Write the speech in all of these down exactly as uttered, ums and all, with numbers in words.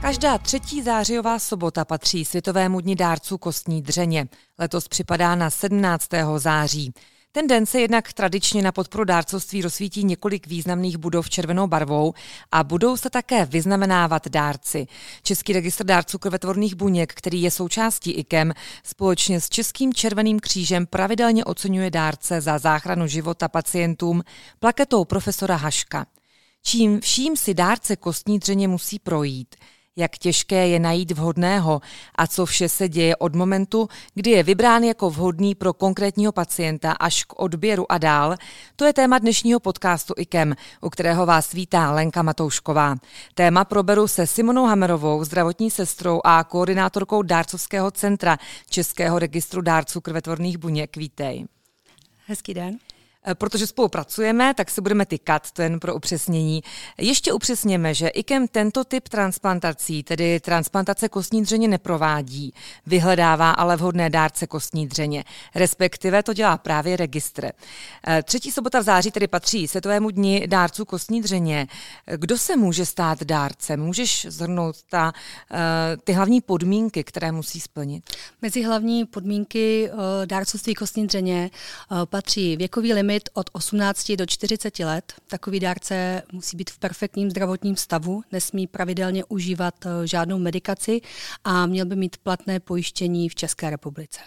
Každá třetí zářijová sobota patří Světovému dni dárců kostní dřeně. Letos připadá na sedmnáctého září. Ten den se jednak tradičně na podporu dárcovství rozsvítí několik významných budov červenou barvou a budou se také vyznamenávat dárci. Český registr dárců krvetvorných buněk, který je součástí I K E M, společně s Českým červeným křížem pravidelně oceňuje dárce za záchranu života pacientům plaketou profesora Haška. Čím vším si dárce kostní dřeně musí projít, jak těžké je najít vhodného a co vše se děje od momentu, kdy je vybrán jako vhodný pro konkrétního pacienta až k odběru a dál, to je téma dnešního podcastu I K E M, u kterého vás vítá Lenka Matoušková. Téma proberu se Simonou Hammerovou, zdravotní sestrou a koordinátorkou dárcovského centra Českého registru dárců krvetvorných buněk. Vítej. Hezký den. Protože spolupracujeme, tak si budeme tykat, to jen pro upřesnění. Ještě upřesněme, že I K E M tento typ transplantací, tedy transplantace kostní dřeně, neprovádí, vyhledává ale vhodné dárce kostní dřeně, respektive to dělá právě registr. Třetí sobota v září tedy patří Světovému dni dárců kostní dřeně. Kdo se může stát dárcem? Můžeš shrnout ta, ty hlavní podmínky, které musí splnit? Mezi hlavní podmínky dárcovství kostní dřeně patří věkový limit od osmnácti do čtyřiceti let. Takový dárce musí být v perfektním zdravotním stavu, nesmí pravidelně užívat žádnou medikaci a měl by mít platné pojištění v České republice.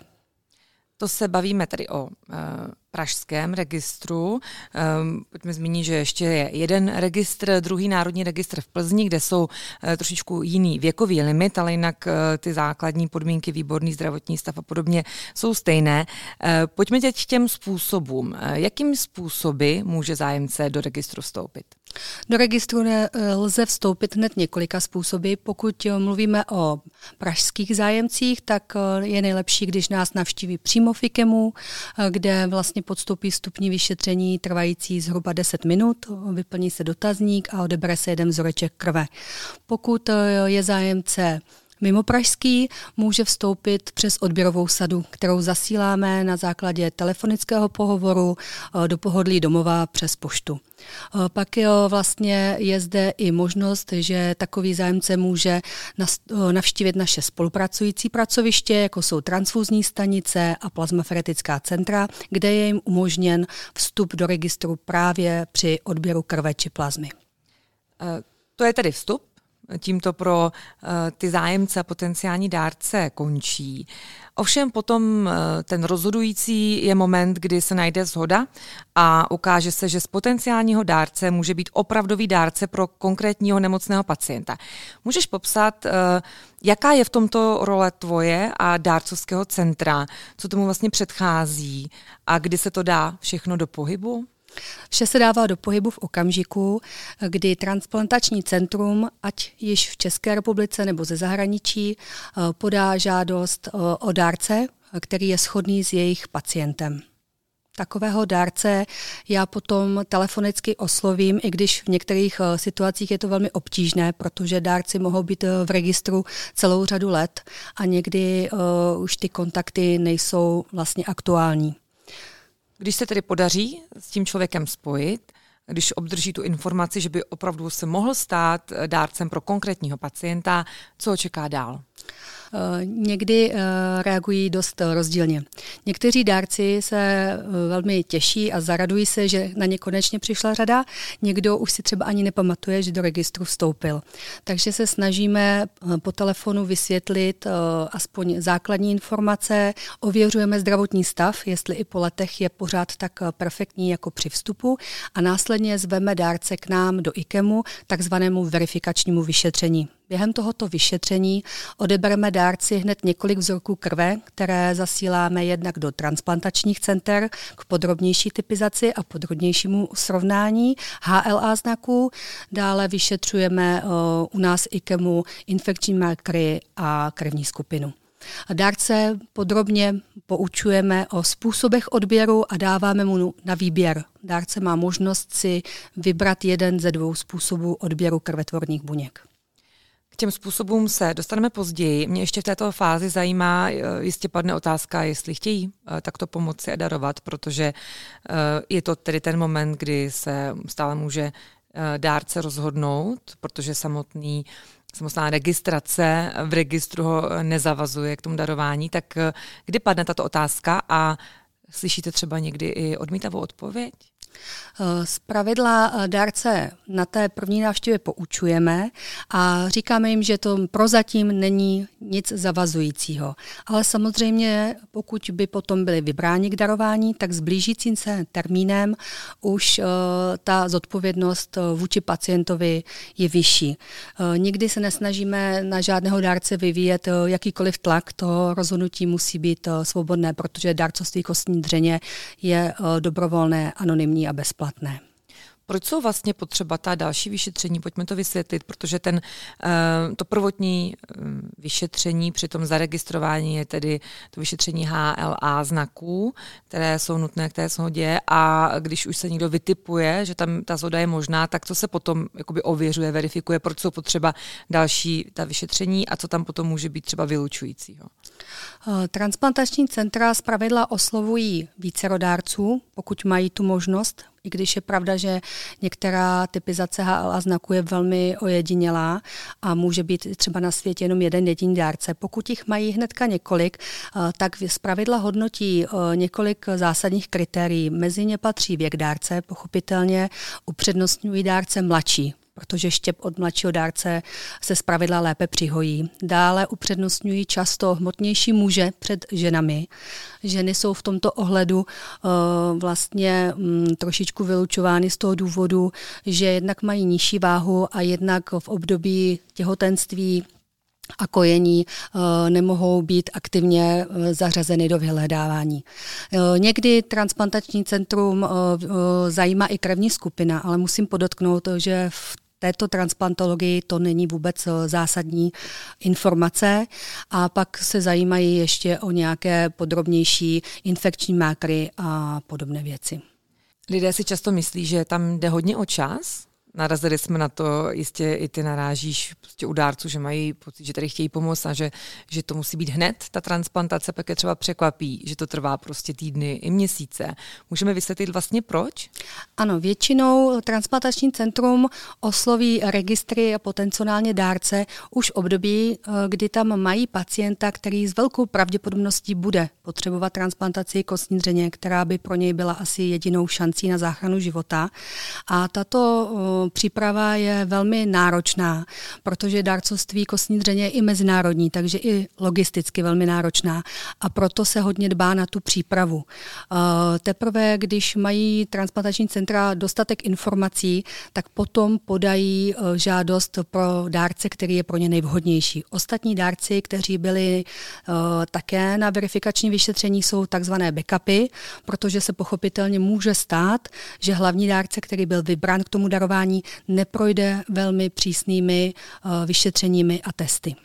To se bavíme tady o e, pražském registru. E, pojďme zmínit, že ještě je jeden registr, druhý národní registr v Plzni, kde jsou e, trošičku jiný věkový limit, ale jinak e, ty základní podmínky, výborný zdravotní stav a podobně jsou stejné. E, pojďme teď k těm způsobům. E, jakým způsoby může zájemce do registru vstoupit? Do registru lze vstoupit hned několika způsoby. Pokud mluvíme o pražských zájemcích, tak je nejlepší, když nás navštíví přímo v I K E M u, kde vlastně podstoupí vstupní vyšetření trvající zhruba deset minut, vyplní se dotazník a odebere se jeden vzoreček krve. Pokud je zájemce mimo pražský, může vstoupit přes odběrovou sadu, kterou zasíláme na základě telefonického pohovoru do pohodlí domova přes poštu. Pak je, vlastně je zde i možnost, že takový zájemce může navštívit naše spolupracující pracoviště, jako jsou transfuzní stanice a plazmaferetická centra, kde je jim umožněn vstup do registru právě při odběru krve či plazmy. To je tedy vstup? Tímto pro uh, ty zájemce a potenciální dárce končí. Ovšem potom uh, ten rozhodující je moment, kdy se najde shoda a ukáže se, že z potenciálního dárce může být opravdový dárce pro konkrétního nemocného pacienta. Můžeš popsat, uh, jaká je v tomto role tvoje a dárcovského centra, co tomu vlastně předchází a kdy se to dá všechno do pohybu? Vše se dává do pohybu v okamžiku, kdy transplantační centrum, ať již v České republice nebo ze zahraničí, podá žádost o dárce, který je shodný s jejich pacientem. Takového dárce já potom telefonicky oslovím, i když v některých situacích je to velmi obtížné, protože dárci mohou být v registru celou řadu let a někdy uh, už ty kontakty nejsou vlastně aktuální. Když se tedy podaří s tím člověkem spojit, když obdrží tu informaci, že by opravdu se mohl stát dárcem pro konkrétního pacienta, co čeká dál? Někdy reagují dost rozdílně. Někteří dárci se velmi těší a zaradují se, že na ně konečně přišla řada. Někdo už si třeba ani nepamatuje, že do registru vstoupil. Takže se snažíme po telefonu vysvětlit aspoň základní informace, ověřujeme zdravotní stav, jestli i po letech je pořád tak perfektní jako při vstupu a následně zveme dárce k nám do I K E M u, takzvanému verifikačnímu vyšetření. Během tohoto vyšetření odebereme dárci hned několik vzorků krve, které zasíláme jednak do transplantačních center k podrobnější typizaci a podrobnějšímu srovnání H L A znaků. Dále vyšetřujeme u nás I K E M u infekční markery a krevní skupinu. Dárce podrobně poučujeme o způsobech odběru a dáváme mu na výběr. Dárce má možnost si vybrat jeden ze dvou způsobů odběru krvetvorných buněk. K těm způsobům se dostaneme později. Mě ještě v této fázi zajímá, jistě padne otázka, jestli chtějí takto pomoci a darovat, protože je to tedy ten moment, kdy se stále může dárce rozhodnout, protože samotný samostná registrace v registru ho nezavazuje k tomu darování, tak kdy padne tato otázka a slyšíte třeba někdy i odmítavou odpověď? Zpravidla dárce na té první návštěvě poučujeme a říkáme jim, že to prozatím není nic zavazujícího. Ale samozřejmě, pokud by potom byli vybráni k darování, tak s blížícím se termínem už ta zodpovědnost vůči pacientovi je vyšší. Nikdy se nesnažíme na žádného dárce vyvíjet jakýkoliv tlak, toho rozhodnutí musí být svobodné, protože dárcovství kostní dřeně je dobrovolné, anonymní a bezplatné. Proč jsou vlastně potřeba ta další vyšetření? Pojďme to vysvětlit, protože ten, to prvotní vyšetření při tom zaregistrování je tedy to vyšetření H L A znaků, které jsou nutné k té shodě, a když už se někdo vytipuje, že tam ta shoda je možná, tak co se potom jakoby ověřuje, verifikuje, proč jsou potřeba další ta vyšetření a co tam potom může být třeba vylučujícího? Transplantační centra zpravidla oslovují vícero dárců, pokud mají tu možnost, i když je pravda, že některá typizace H L A znaku je velmi ojedinělá a může být třeba na světě jenom jeden jediný dárce. Pokud jich mají hnedka několik, tak zpravidla hodnotí několik zásadních kritérií. Mezi ně patří věk dárce, pochopitelně upřednostňují dárce mladší, protože štěp od mladšího dárce se zpravidla lépe přihojí. Dále upřednostňují často hmotnější muže před ženami. Ženy jsou v tomto ohledu uh, vlastně um, trošičku vylučovány z toho důvodu, že jednak mají nižší váhu a jednak v období těhotenství a kojení uh, nemohou být aktivně uh, zařazeny do vyhledávání. Uh, někdy transplantační centrum uh, uh, zajímá i krevní skupina, ale musím podotknout, že v této transplantologii to není vůbec zásadní informace a pak se zajímají ještě o nějaké podrobnější infekční markery a podobné věci. Lidé si často myslí, že tam jde hodně o čas. Narazili jsme na to, jistě i ty narážíš prostě u dárců, že mají pocit, že tady chtějí pomoct a že, že to musí být hned, ta transplantace, pak je třeba překvapí, že to trvá prostě týdny i měsíce. Můžeme vysvětlit vlastně proč? Ano, většinou transplantační centrum osloví registry a potenciálně dárce už v období, kdy tam mají pacienta, který s velkou pravděpodobností bude potřebovat transplantaci kostní dřeně, která by pro něj byla asi jedinou šancí na záchranu života. A tato příprava je velmi náročná, protože dárcovství kostní dřeně je i mezinárodní, takže i logisticky velmi náročná a proto se hodně dbá na tu přípravu. Teprve, když mají transplantační centra dostatek informací, tak potom podají žádost pro dárce, který je pro ně nejvhodnější. Ostatní dárci, kteří byli také na verifikační vyšetření, jsou takzvané backupy, protože se pochopitelně může stát, že hlavní dárce, který byl vybrán k tomu darování, neprojde velmi přísnými uh, vyšetřeními a testy.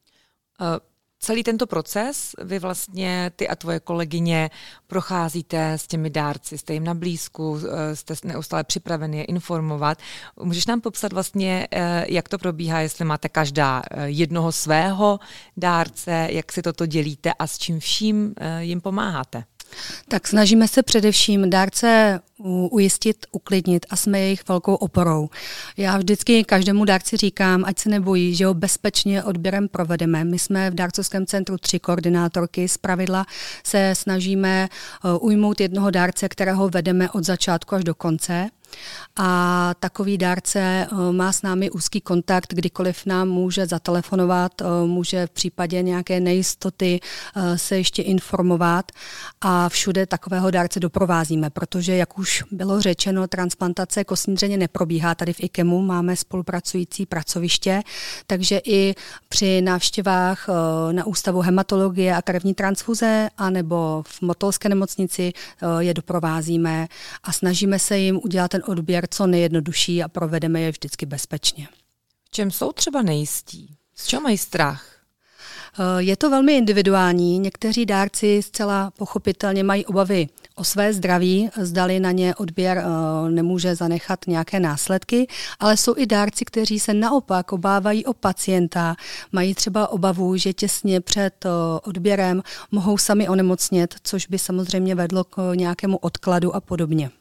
Uh, celý tento proces vy vlastně, ty a tvoje kolegyně, procházíte s těmi dárci, jste jim na blízku, uh, jste neustále připraveni je informovat. Můžeš nám popsat vlastně, uh, jak to probíhá, jestli máte každá uh, jednoho svého dárce, jak si toto dělíte a s čím vším uh, jim pomáháte? Tak snažíme se především dárce ujistit, uklidnit a jsme jejich velkou oporou. Já vždycky každému dárci říkám, ať se nebojí, že ho bezpečně odběrem provedeme. My jsme v dárcovském centru tři koordinátorky, zpravidla se snažíme ujmout jednoho dárce, kterého vedeme od začátku až do konce. A takový dárce má s námi úzký kontakt, kdykoliv nám může zatelefonovat, může v případě nějaké nejistoty se ještě informovat a všude takového dárce doprovázíme, protože, jak už bylo řečeno, transplantace kostní dřeně neprobíhá tady v IKEMu, máme spolupracující pracoviště, takže i při návštěvách na Ústavu hematologie a krevní transfuze anebo v Motolské nemocnici je doprovázíme a snažíme se jim udělat ten odběr co nejjednodušší a provedeme je vždycky bezpečně. V čem jsou třeba nejistí? Z čeho mají strach? Je to velmi individuální. Někteří dárci zcela pochopitelně mají obavy o své zdraví, zdali na ně odběr nemůže zanechat nějaké následky, ale jsou i dárci, kteří se naopak obávají o pacienta, mají třeba obavu, že těsně před odběrem mohou sami onemocnět, což by samozřejmě vedlo k nějakému odkladu a podobně.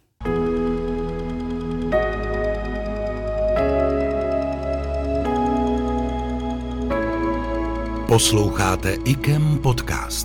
Posloucháte I K E M podcast.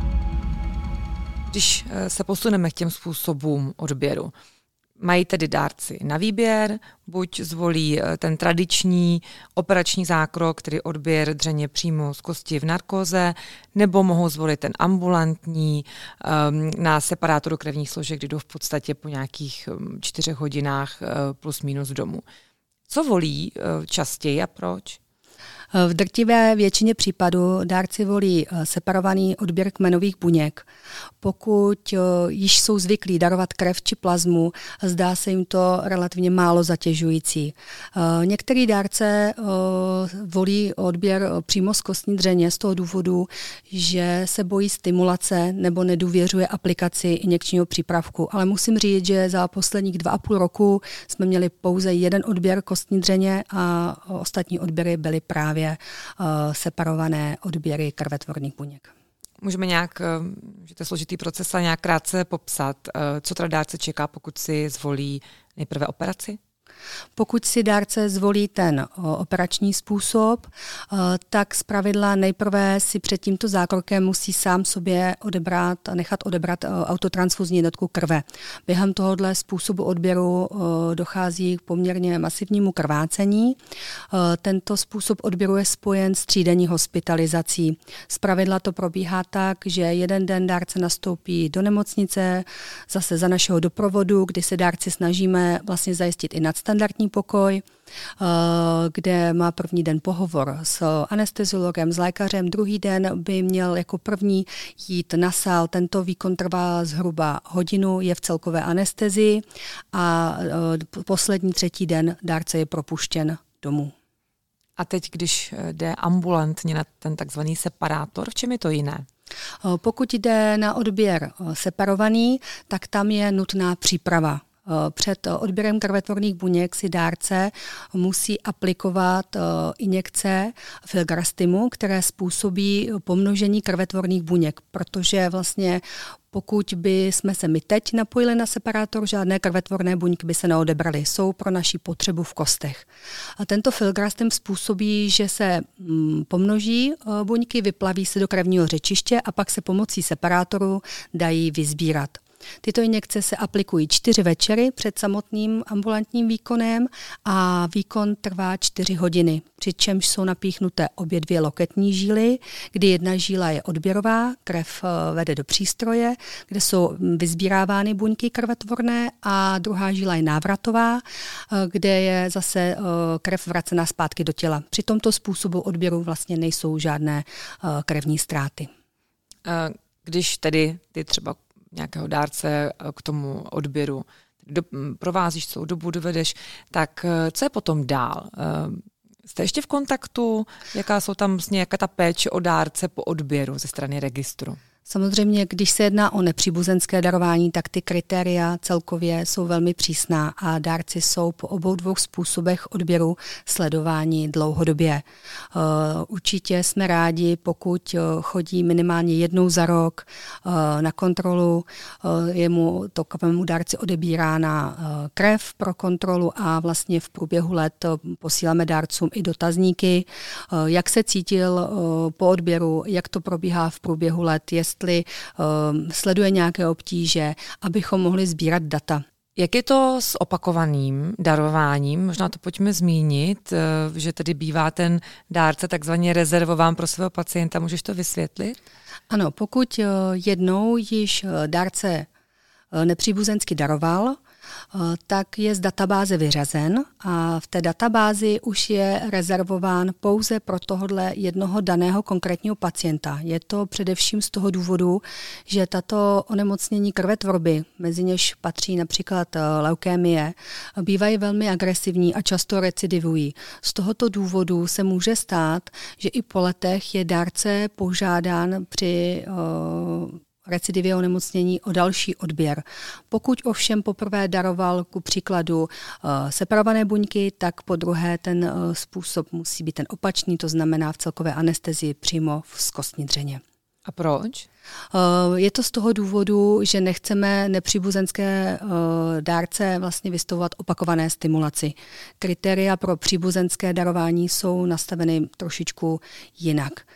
Když se posuneme k těm způsobům odběru, mají tedy dárci na výběr, buď zvolí ten tradiční operační zákrok, tedy odběr dřeně přímo z kosti v narkóze, nebo mohou zvolit ten ambulantní um, na separátoru krevních složek, kdy jdou v podstatě po nějakých um, čtyřech hodinách uh, plus minus domů. Co volí uh, častěji a proč? V drtivé většině případů dárci volí separovaný odběr kmenových buněk. Pokud již jsou zvyklí darovat krev či plazmu, zdá se jim to relativně málo zatěžující. Některý dárce volí odběr přímo z kostní dřeně z toho důvodu, že se bojí stimulace nebo nedůvěřuje aplikaci injekčního přípravku. Ale musím říct, že za posledních dva a půl roku jsme měli pouze jeden odběr kostní dřeně a ostatní odběry byly právě separované odběry krvetvorných buněk. Můžeme nějak, že to je složitý proces, a nějak krátce popsat, co teda dárce čeká, pokud si zvolí nejprve operaci? Pokud si dárce zvolí ten operační způsob, tak zpravidla nejprve si před tímto zákrokem musí sám sobě odebrat, nechat odebrat autotransfuzní jednotku krve. Během tohohle způsobu odběru dochází k poměrně masivnímu krvácení. Tento způsob odběru je spojen s třídenní hospitalizací. Zpravidla to probíhá tak, že jeden den dárce nastoupí do nemocnice, zase za našeho doprovodu, kdy se dárci snažíme vlastně zajistit i nadstandardní standardní pokoj, kde má první den pohovor s anesteziologem, s lékařem, druhý den by měl jako první jít na sál. Tento výkon trvá zhruba hodinu, je v celkové anestezii a poslední třetí den dárce je propuštěn domů. A teď, když jde ambulantně na ten takzvaný separátor, v čem je to jiné? Pokud jde na odběr separovaný, tak tam je nutná příprava. Před odběrem krvetvorných buněk si dárce musí aplikovat injekce filgrastimu, které způsobí pomnožení krvetvorných buněk, protože vlastně pokud by jsme se my teď napojili na separátor, žádné krvetvorné buňky by se neodebraly. Jsou pro naši potřebu v kostech. A tento filgrastim způsobí, že se mm, pomnoží buňky, vyplaví se do krevního řečiště a pak se pomocí separátoru dají vysbírat. Tyto injekce se aplikují čtyři večery před samotným ambulantním výkonem a výkon trvá čtyři hodiny, přičemž jsou napíchnuté obě dvě loketní žíly, kdy jedna žíla je odběrová, krev vede do přístroje, kde jsou vysbírávány buňky krvetvorné, a druhá žíla je návratová, kde je zase krev vracená zpátky do těla. Při tomto způsobu odběru vlastně nejsou žádné krevní ztráty. Když tedy ty třeba nějakého dárce k tomu odběru do, provázíš, celou dobu dovedeš, tak co je potom dál? Jste ještě v kontaktu? Jaká jsou tam vlastně, jaká ta péče o dárce po odběru ze strany registru? Samozřejmě, když se jedná o nepříbuzenské darování, tak ty kritéria celkově jsou velmi přísná a dárci jsou po obou dvou způsobech odběru sledováni dlouhodobě. Určitě jsme rádi, pokud chodí minimálně jednou za rok na kontrolu, je mu to kapovému dárci odebírána krev pro kontrolu a vlastně v průběhu let posíláme dárcům i dotazníky, jak se cítil po odběru, jak to probíhá v průběhu let, jestli uh, sleduje nějaké obtíže, abychom mohli sbírat data. Jak je to s opakovaným darováním? Možná to pojďme zmínit, uh, že tedy bývá ten dárce takzvaně rezervován pro svého pacienta. Můžeš to vysvětlit? Ano, pokud uh, jednou již dárce uh, nepříbuzensky daroval, tak je z databáze vyřazen a v té databázi už je rezervován pouze pro tohodle jednoho daného konkrétního pacienta. Je to především z toho důvodu, že tato onemocnění krvetvorby, mezi něž patří například leukémie, bývají velmi agresivní a často recidivují. Z tohoto důvodu se může stát, že i po letech je dárce požádán při uh, recidivě onemocnění o další odběr. Pokud ovšem poprvé daroval ku příkladu uh, separované buňky, tak po druhé ten uh, způsob musí být ten opačný, to znamená v celkové anestezii přímo z kostní dřeně. A proč? Uh, je to z toho důvodu, že nechceme nepříbuzenské uh, dárce vlastně vystavovat opakované stimulaci. Kritéria pro příbuzenské darování jsou nastaveny trošičku jinak.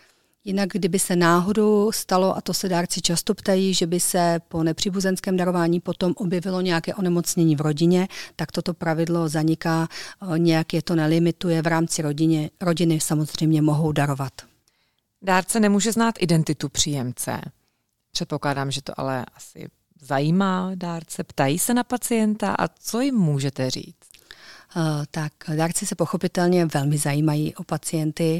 Jinak, kdyby se náhodou stalo, a to se dárci často ptají, že by se po nepříbuzenském darování potom objevilo nějaké onemocnění v rodině, tak toto pravidlo zaniká, nějak je to nelimituje, v rámci rodině, rodiny samozřejmě mohou darovat. Dárce nemůže znát identitu příjemce. Předpokládám, že to ale asi zajímá dárce. Ptají se na pacienta a co jim můžete říct? Tak dárci se pochopitelně velmi zajímají o pacienty.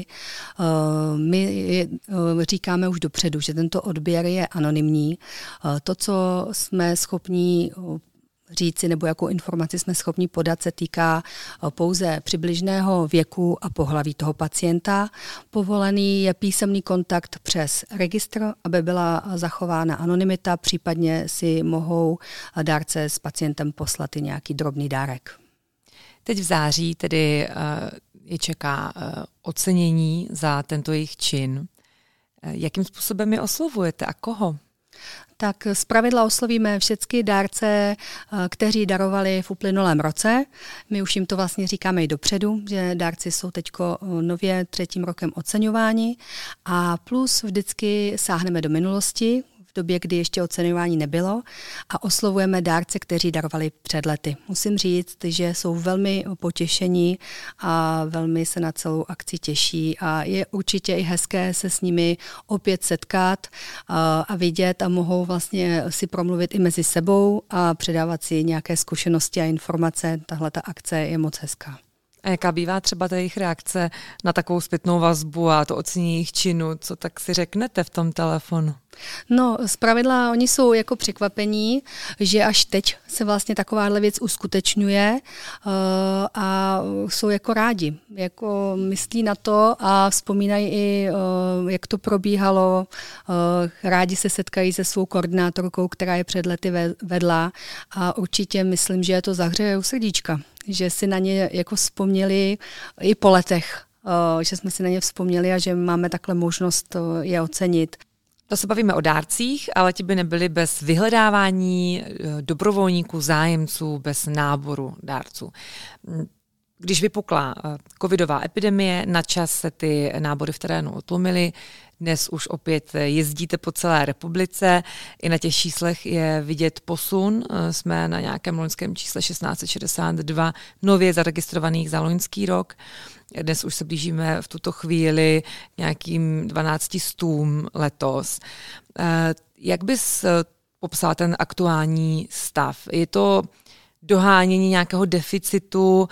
My říkáme už dopředu, že tento odběr je anonymní. To, co jsme schopní říci nebo jakou informaci jsme schopni podat, se týká pouze přibližného věku a pohlaví toho pacienta. Povolený je písemný kontakt přes registr, aby byla zachována anonymita, případně si mohou dárce s pacientem poslat i nějaký drobný dárek. Teď v září tedy je čeká ocenění za tento jejich čin. Jakým způsobem je oslovujete a koho? Tak zpravidla oslovíme všechny dárce, kteří darovali v uplynulém roce. My už jim to vlastně říkáme i dopředu, že dárci jsou teďko nově třetím rokem oceňováni a plus vždycky sáhneme do minulosti, v době, kdy ještě oceňování nebylo a oslovujeme dárce, kteří darovali před lety. Musím říct, že jsou velmi potěšení a velmi se na celou akci těší a je určitě i hezké se s nimi opět setkat a, a vidět a mohou vlastně si promluvit i mezi sebou a předávat si nějaké zkušenosti a informace. Tahle ta akce je moc hezká. A jaká bývá třeba ta jejich reakce na takovou zpětnou vazbu a to ocenění jejich činu? Co tak si řeknete v tom telefonu? No, zpravidla oni jsou jako překvapení, že až teď se vlastně takováhle věc uskutečňuje uh, a jsou jako rádi. Jako myslí na to a vzpomínají i, uh, jak to probíhalo. Uh, rádi se setkají se svou koordinátorkou, která je před lety vedla a určitě myslím, že je to zahřeje u srdíčka, že si na ně jako vzpomněli i po letech, uh, že jsme si na ně vzpomněli a že máme takhle možnost uh, je ocenit. To se bavíme o dárcích, ale ti by nebyli bez vyhledávání dobrovolníků, zájemců, bez náboru dárců. Když vypukla covidová epidemie, na čas se ty nábory v terénu otlumily. Dnes už opět jezdíte po celé republice. I na těch číslech je vidět posun. Jsme na nějakém loňském čísle šestnáct set šedesát dva nově zaregistrovaných za loňský rok. Dnes už se blížíme v tuto chvíli nějakým dvanácti stům letos. Jak bys popsal ten aktuální stav? Je to dohánění nějakého deficitu?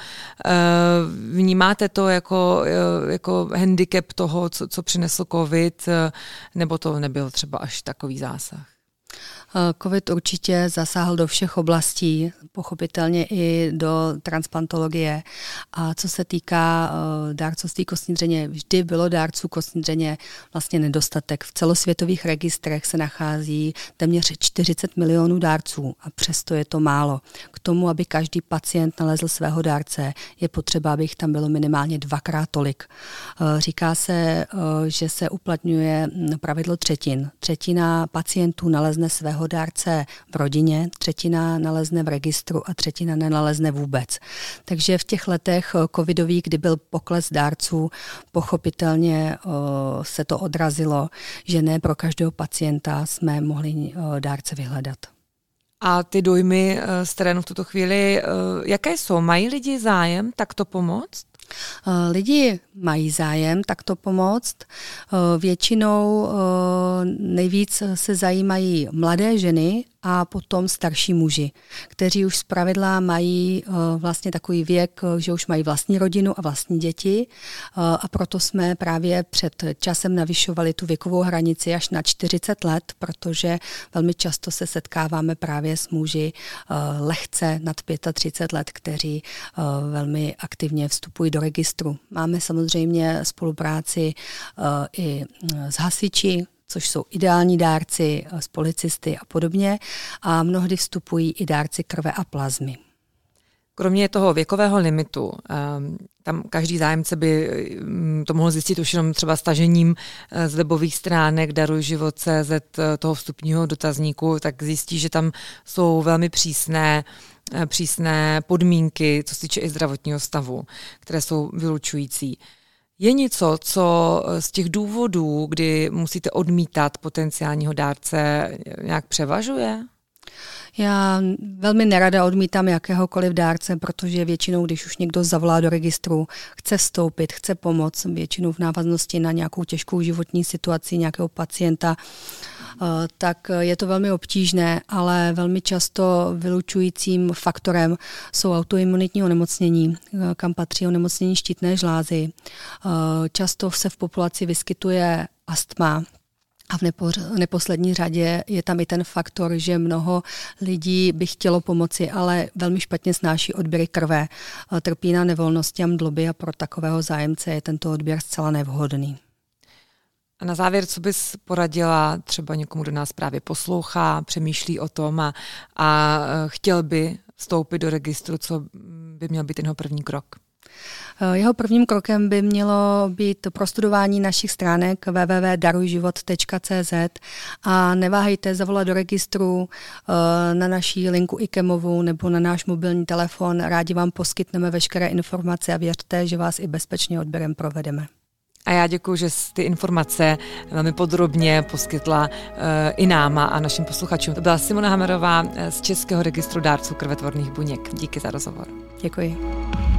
Vnímáte to jako, jako handicap toho, co, co přinesl covid, nebo to nebyl třeba až takový zásah? Covid určitě zasáhl do všech oblastí, pochopitelně i do transplantologie. A co se týká dárcovství kostní dřeně, vždy bylo dárců kostní dřeně vlastně nedostatek. V celosvětových registrech se nachází téměř čtyřicet milionů dárců a přesto je to málo. K tomu, aby každý pacient nalezl svého dárce, je potřeba, aby jich tam bylo minimálně dvakrát tolik. Říká se, že se uplatňuje pravidlo třetin. Třetina pacientů nalezne svého dárce v rodině, třetina nalezne v registru a třetina nenalezne vůbec. Takže v těch letech covidových, kdy byl pokles dárců, pochopitelně o, se to odrazilo, že ne pro každého pacienta jsme mohli o, dárce vyhledat. A ty dojmy z terénu v tuto chvíli, jaké jsou? Mají lidi zájem takto pomoct? Lidi mají zájem takto pomoct. Většinou nejvíc se zajímají mladé ženy a potom starší muži, kteří už zpravidla mají vlastně takový věk, že už mají vlastní rodinu a vlastní děti a proto jsme právě před časem navyšovali tu věkovou hranici až na čtyřicet let, protože velmi často se setkáváme právě s muži lehce nad třicet pět let, kteří velmi aktivně vstupují do registru. Máme samozřejmě spolupráci i s hasiči, což jsou ideální dárci, s policisty a podobně. A mnohdy vstupují i dárci krve a plazmy. Kromě toho věkového limitu, tam každý zájemce by to mohl zjistit už jenom třeba stažením z webových stránek daruj život tečka cé zet toho vstupního dotazníku, tak zjistí, že tam jsou velmi přísné přísné podmínky, co se týče i zdravotního stavu, které jsou vylučující. Je něco, co z těch důvodů, kdy musíte odmítat potenciálního dárce, nějak převažuje? Já velmi nerada odmítám jakéhokoliv dárce, protože většinou, když už někdo zavolá do registru, chce vstoupit, chce pomoct, většinou v návaznosti na nějakou těžkou životní situaci nějakého pacienta, tak je to velmi obtížné, ale velmi často vylučujícím faktorem jsou autoimunitní onemocnění, kam patří onemocnění štítné žlázy. Často se v populaci vyskytuje astma. A v nepo- neposlední řadě je tam i ten faktor, že mnoho lidí by chtělo pomoci, ale velmi špatně snáší odběry krve, trpí na nevolnosti a mdloby a pro takového zájemce je tento odběr zcela nevhodný. A na závěr, co bys poradila třeba někomu, kdo nás právě poslouchá, přemýšlí o tom a, a chtěl by vstoupit do registru, co by měl být jeho první krok? Jeho prvním krokem by mělo být prostudování našich stránek w w w tečka darujživot tečka c z a neváhejte zavolat do registru na naší linku IKEMovu nebo na náš mobilní telefon. Rádi vám poskytneme veškeré informace a věřte, že vás i bezpečně odběrem provedeme. A já děkuji, že jsi ty informace velmi podrobně poskytla uh, i nám a našim posluchačům. To byla Simona Hammerová z Českého registru dárců krvetvorných buněk. Díky za rozhovor. Děkuji.